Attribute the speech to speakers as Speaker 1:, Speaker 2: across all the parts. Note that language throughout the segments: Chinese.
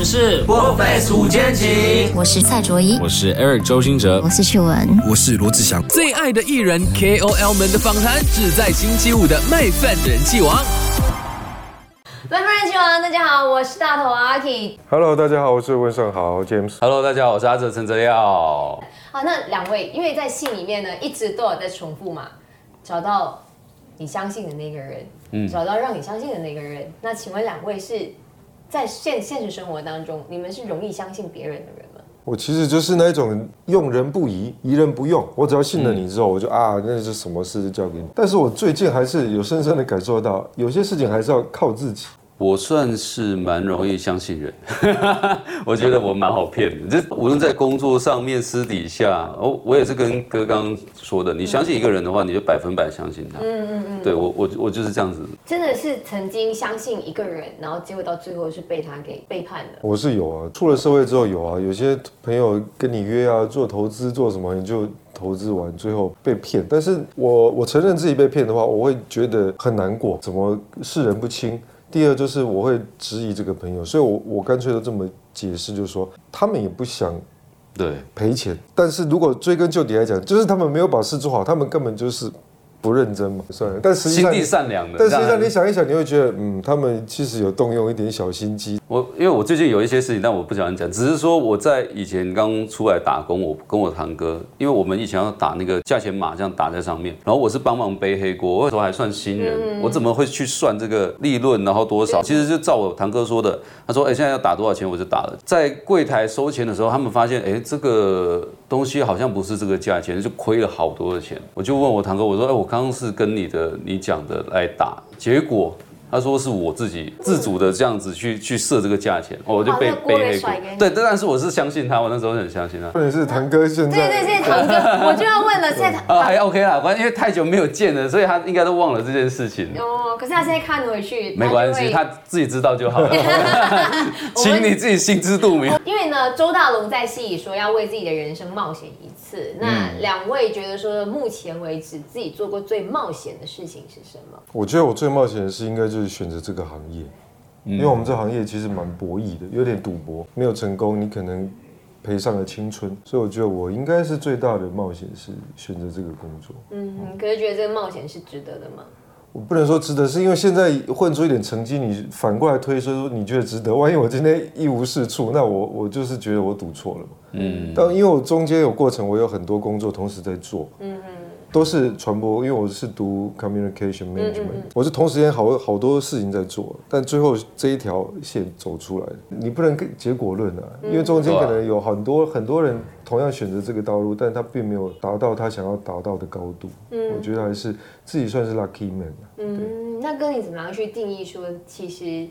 Speaker 1: 们是
Speaker 2: 破费五间情，
Speaker 3: 我是蔡卓宜，
Speaker 1: 我是 Eric 周兴哲，
Speaker 3: 我是趣文，
Speaker 4: 我是罗志祥。
Speaker 5: 最爱的艺人 KOL 们的访谈，只在星期五的麦饭人气王。
Speaker 6: 麦饭人气王，大家好，我是大头阿 K。
Speaker 7: Hello， 大家好，我是温胜豪 James。
Speaker 2: Hello， 大家好，我是阿哲陈哲耀。
Speaker 6: 好，那两位，因为在戏里面呢，一直都有在重复嘛，找到你相信的那个人，找到让你相信的那个人。那请问两位是在现实生活当中，你们是容易相信别人的人吗？
Speaker 7: 我其实就是那种用人不疑，疑人不用。我只要信了你之后，我就那是什么事就交给你。但是我最近还是有深深的感受到，有些事情还是要靠自己。
Speaker 2: 我算是蛮容易相信人，我觉得我蛮好骗的。这无论在工作上面、私底下，我也是跟哥刚刚说的，你相信一个人的话，你就100%相信他。对我就是这样子。真的是曾经相信一个人，然后结果到最后是被他给背叛的。
Speaker 7: 我是有啊，出了社会之后有啊，有些朋友跟你约啊，做投资做什么，你就投资完最后被骗。但是我承认自己被骗的话，我会觉得很难过，怎么视人不清。第二就是我会质疑这个朋友，所以我干脆都这么解释，就是说他们也不想赔钱，但是如果追根究底来讲，就是他们没有把事做好，他们根本就是不认真嘛，算了。但实际上
Speaker 2: 心地善良的，
Speaker 7: 但实际上你想一想，你会觉得他们其实有动用一点小心机。
Speaker 2: 因为我最近有一些事情，但我不想讲，只是说我在以前刚出来打工，我跟我堂哥，因为我们以前要打那个价钱码，这样打在上面，然后我是帮忙背黑锅，我那时候还算新人，我怎么会去算这个利润，然后多少？其实就照我堂哥说的，他说，现在要打多少钱，我就打了。在柜台收钱的时候，他们发现，这个东西好像不是这个价钱，就亏了好多的钱。我就问我堂哥，我说，我刚刚是跟你讲的来打，结果他说是我自己自主的这样子去设这个价钱，我就被背黑锅。对，但是我是相信他，我那时候很相信他。
Speaker 7: 重点是堂哥现在
Speaker 6: 对，堂哥，我就要问了，现在
Speaker 2: 还 OK 啦，反正因为太久没有见了，所以他应该都忘了这件事情。
Speaker 6: 可是他现在看回去，
Speaker 2: 没关系，他自己知道就好了。请你自己心知肚明。
Speaker 6: 因为呢，周大龙在戏里说要为自己的人生冒险一次。那两位觉得说，目前为止自己做过最冒险的事情是什么？
Speaker 7: 我觉得我最冒险的事应该就是选择这个行业，因为我们这行业其实蛮博弈的，有点赌博，没有成功，你可能赔上了青春，所以我觉得我应该是最大的冒险是选择这个工作。
Speaker 6: 可是觉得这个冒险是值得的吗？
Speaker 7: 我不能说值得，是因为现在混出一点成绩，你反过来推说你觉得值得。万一我今天一无是处，那我就是觉得我赌错了嘛。但因为我中间有过程，我有很多工作同时在做。都是传播，因为我是读 communication management，我是同时间好多事情在做，但最后这一条线走出来，你不能结果论啊，因为中间可能有很多人同样选择这个道路，但他并没有达到他想要达到的高度。我觉得还是自己算是 lucky man。
Speaker 6: 那哥你怎么样去定义说，其实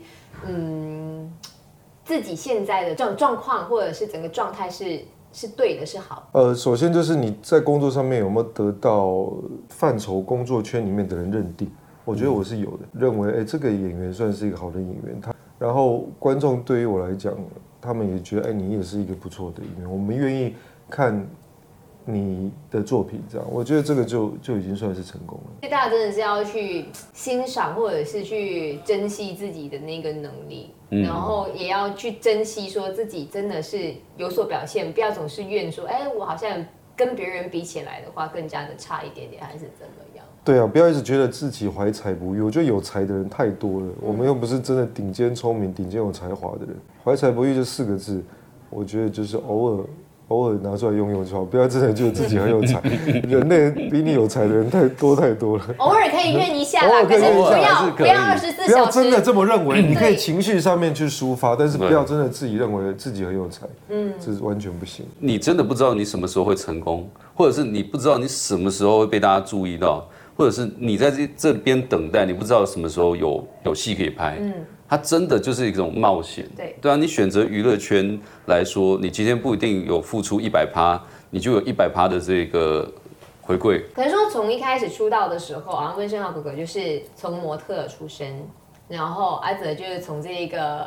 Speaker 6: 自己现在的这种状况或者是整个状态是对的，是好。
Speaker 7: 首先就是你在工作上面有没有得到范畴工作圈里面的人认定？我觉得我是有的，认为这个演员算是一个好的演员。然后观众对于我来讲，他们也觉得你也是一个不错的演员，我们愿意看你的作品，这样我觉得这个就已经算是成功了。
Speaker 6: 所以大家真的是要去欣赏或者是去珍惜自己的那个能力。然后也要去珍惜，说自己真的是有所表现，不要总是怨说，我好像跟别人比起来的话，更加的差一点点，还是怎么样？
Speaker 7: 对啊，不要一直觉得自己怀才不遇。我觉得有才的人太多了，我们又不是真的顶尖聪明、顶尖有才华的人。怀才不遇这4个字，我觉得就是偶尔拿出来用用就好，不要真的觉得自己很有才。人类比你有才的人太多了。
Speaker 6: 偶尔可以怨一下啦，可是不要24小时。
Speaker 7: 不要真的这么认为，你可以情绪上面去抒发，但是不要真的自己认为自己很有才，这是完全不行。
Speaker 2: 你真的不知道你什么时候会成功，或者是你不知道你什么时候会被大家注意到，或者是你在这边等待，你不知道什么时候有戏可以拍。它真的就是一种冒险。对啊，你选择娱乐圈来说，你今天不一定有付出100%，你就有100%的这个回馈。
Speaker 6: 可能说从一开始出道的时候啊，温升豪哥哥就是从模特出身，然后阿泽就是从这个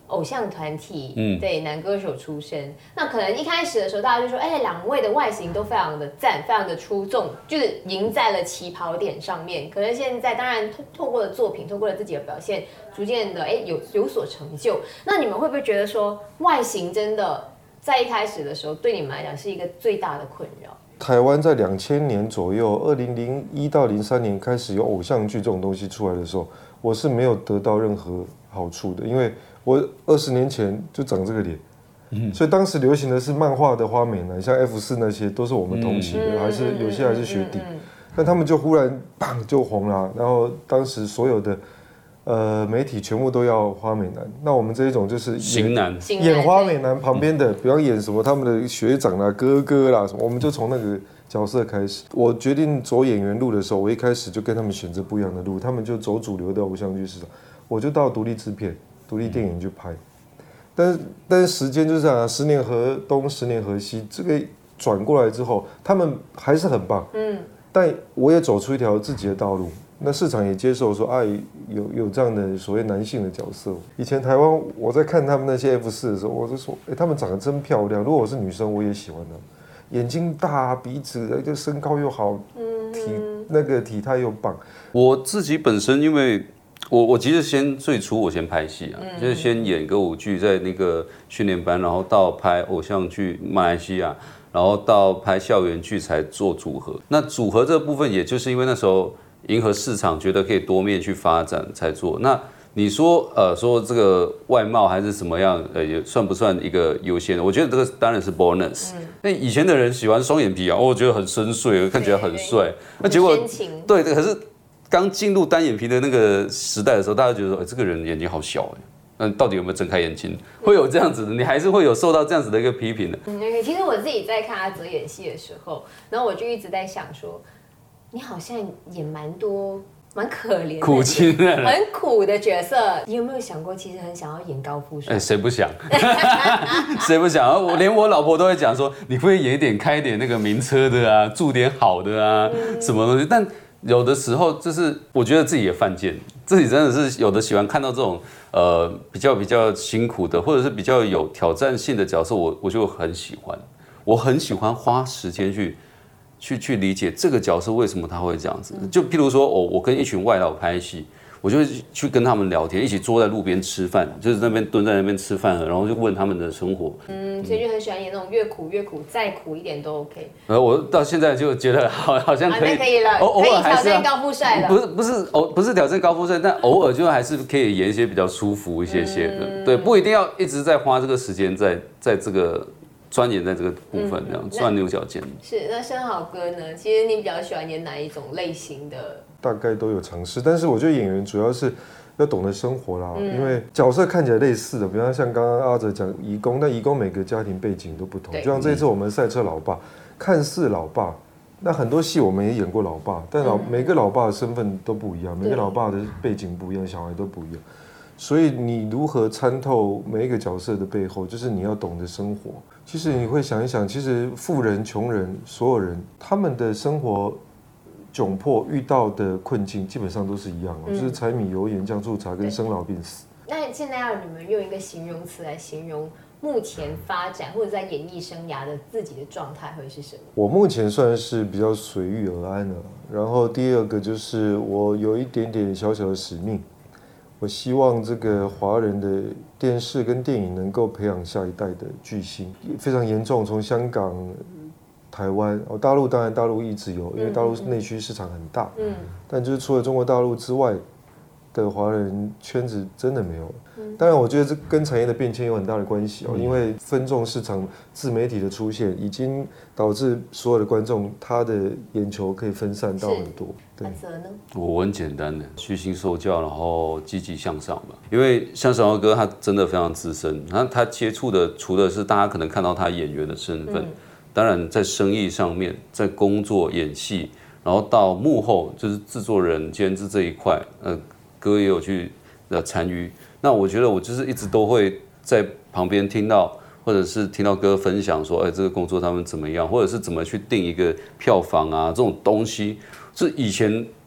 Speaker 6: 偶像团体，对，男歌手出身。那可能一开始的时候，大家就说，两位的外形都非常的赞，非常的出众，就是赢在了起跑点上面。可是现在，当然透过了作品，透过了自己的表现，逐渐的有所成就。那你们会不会觉得说，外形真的在一开始的时候，对你们来讲是一个最大的困扰？
Speaker 7: 台湾在2000年左右，2001到03年开始有偶像剧这种东西出来的时候，我是没有得到任何好处的，因为我20年前就长这个脸，所以当时流行的是漫画的花美男，像 F4那些都是我们同期的，还是有些还是学弟，但他们就忽然砰就红了，然后当时所有的媒体全部都要花美男，那我们这一种就是
Speaker 2: 型男
Speaker 7: 演花美男旁边的，比方演什么他们的学长啦、哥哥啦什么，我们就从那个角色开始。我决定走演员路的时候，我一开始就跟他们选择不一样的路，他们就走主流的偶像剧市场，我就到独立制片、独立电影去拍。但是时间就是这样，10年河东10年河西，这个转过来之后，他们还是很棒，但我也走出一条自己的道路。那市场也接受说，有这样的所谓男性的角色。以前台湾我在看他们那些 F4的时候，我就说，他们长得真漂亮。如果我是女生，我也喜欢他们，眼睛大，鼻子就身高又好，体态又棒。
Speaker 2: 我自己本身因为。我其实最初我先拍戏啊，就是先演歌舞剧，在那个训练班，然后到拍偶像剧马来西亚，然后到拍校园剧才做组合。那组合这部分，也就是因为那时候迎合市场，觉得可以多面去发展才做。那你说说这个外貌还是什么样，也算不算一个优先的？我觉得这个当然是 bonus。那以前的人喜欢双眼皮啊，我觉得很深邃，看起来很帅。那结果对，可是。刚进入单眼皮的那个时代的时候，大家觉得说，这个人眼睛好小到底有没有睁开眼睛？会有这样子的，你还是会有受到这样子的一个批评的。
Speaker 6: 其实我自己在看阿泽演戏的时候，然后我就一直在想说，你好像演蛮可怜的、
Speaker 2: 苦情的、
Speaker 6: 很苦的角色。你有没有想过，其实很想要演高富帅？
Speaker 2: 谁不想？谁不想？连我老婆都会讲说，你会演一点开一点那个名车的啊，住点好的啊，什么东西？但有的时候就是我觉得自己也犯贱，自己真的是有的喜欢看到这种比较辛苦的，或者是比较有挑战性的角色，我就很喜欢，我很喜欢花时间去理解这个角色为什么他会这样子。就譬如说我跟一群外劳拍戏，我就会去跟他们聊天，一起坐在路边吃饭，就是那边蹲在那边吃饭，然后就问他们的生活。
Speaker 6: 所以就很喜欢演那种越苦，再苦一点都 OK。
Speaker 2: 我到现在就觉得好像可以，
Speaker 6: 可以了，
Speaker 2: 偶尔还是
Speaker 6: 可以挑战高富帅了。
Speaker 2: 不是挑战高富帅，但偶尔就还是可以演一些比较舒服一些的。对，不一定要一直在花这个时间在这个。钻研在这个部分，这样钻牛角尖。
Speaker 6: 是，那生蚝哥呢？其实你比较喜欢演哪一种类型的？
Speaker 7: 大概都有尝试，但是我觉得演员主要是要懂得生活啦，因为角色看起来类似的，比方像刚刚阿哲讲移工，但移工每个家庭背景都不同。就像这一次我们赛车老爸，看似老爸，那很多戏我们也演过老爸，但每个老爸的身份都不一样，每个老爸的背景不一样，小孩都不一样。所以你如何参透每一个角色的背后，就是你要懂得生活。其实你会想一想，其实富人、穷人，所有人他们的生活窘迫遇到的困境，基本上都是一样就是柴米油盐酱醋茶跟生老病死。
Speaker 6: 那现在要你们用一个形容词来形容目前发展或者在演艺生涯的自己的状态会是什么？我
Speaker 7: 目前算是比较随遇而安了。然后第二个就是我有一点点小小的使命。我希望这个华人的电视跟电影能够培养下一代的巨星，非常严重。从香港、台湾、大陆，当然大陆一直有，因为大陆内需市场很大，但就是除了中国大陆之外的华人圈子真的没有。当然，我觉得这跟产业的变迁有很大的关系因为分众市场、自媒体的出现，已经导致所有的观众他的眼球可以分散到很多。
Speaker 6: 阿泽呢？
Speaker 2: 我很简单的，虚心受教，然后积极向上吧。因为像小豪哥，他真的非常资深，他接触的除了是大家可能看到他演员的身份，当然在生意上面，在工作演戏，然后到幕后就是制作人、监制这一块，哥也有去参与。那我觉得我就是一直都会在旁边听到，或者是听到哥分享说，这个工作他们怎么样，或者是怎么去定一个票房啊，这种东西是以前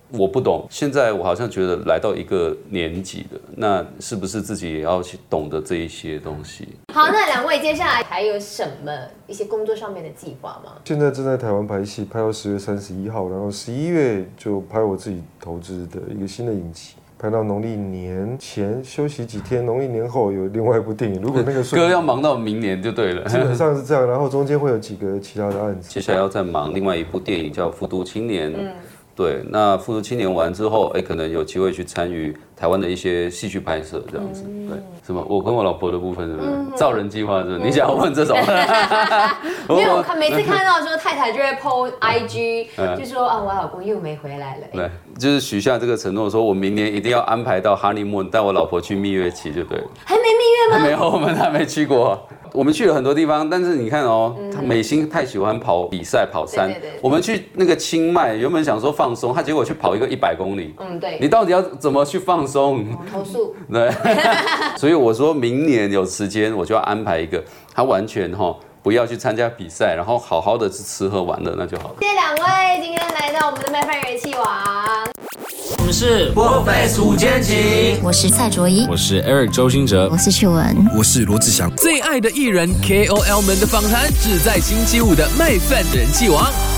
Speaker 2: 我不懂，现在我好像觉得来到一个年纪了，那是不是自己也要去懂得这一些东西？
Speaker 6: 好，那2位接下来还有什么一些工作上面的计划吗？
Speaker 7: 现在正在台湾拍戏，拍到10月31号，然后11月就拍我自己投资的一个新的影集。拍到农历年前休息几天，农历年后有另外一部电影。如果那个
Speaker 2: 歌要忙到明年就对了，
Speaker 7: 基本上是这样。然后中间会有几个其他的案子。
Speaker 2: 接下来要再忙另外一部电影叫《复读青年》。对，那复读青年完之后，可能有机会去参与台湾的一些戏剧拍摄，这样子。对，什么？我跟我老婆的部分是不是？造人计划是不是？你想要问这种？
Speaker 6: 没有，每次看到说太太就会 po IG， 就说啊，我老公又没回来了。
Speaker 2: 对，就是许下这个承诺，说我明年一定要安排到 honeymoon， 带我老婆去蜜月期就对了。
Speaker 6: 还没蜜月吗？
Speaker 2: 还没有，我们还没去过。我们去了很多地方，但是你看哦，美心太喜欢跑比赛、跑山。对。我们去那个清迈，原本想说放松，他结果去跑一个100公里。对。你到底要怎么去放松？
Speaker 6: 投诉。
Speaker 2: 对。所以我说明年有时间，我就要安排一个，他完全不要去参加比赛，然后好好的吃喝玩乐，那就好了。
Speaker 6: 谢谢2位今天来到我们的麦饭元气王。
Speaker 5: 我们是 Bookface 5间情，
Speaker 1: 我是蔡卓宜，
Speaker 5: 我是 Eric 周兴哲，
Speaker 1: 我是秀文，
Speaker 3: 我是罗志祥。
Speaker 5: 最爱的艺人 KOL 们的访谈，只在星期五的麦饭人气王。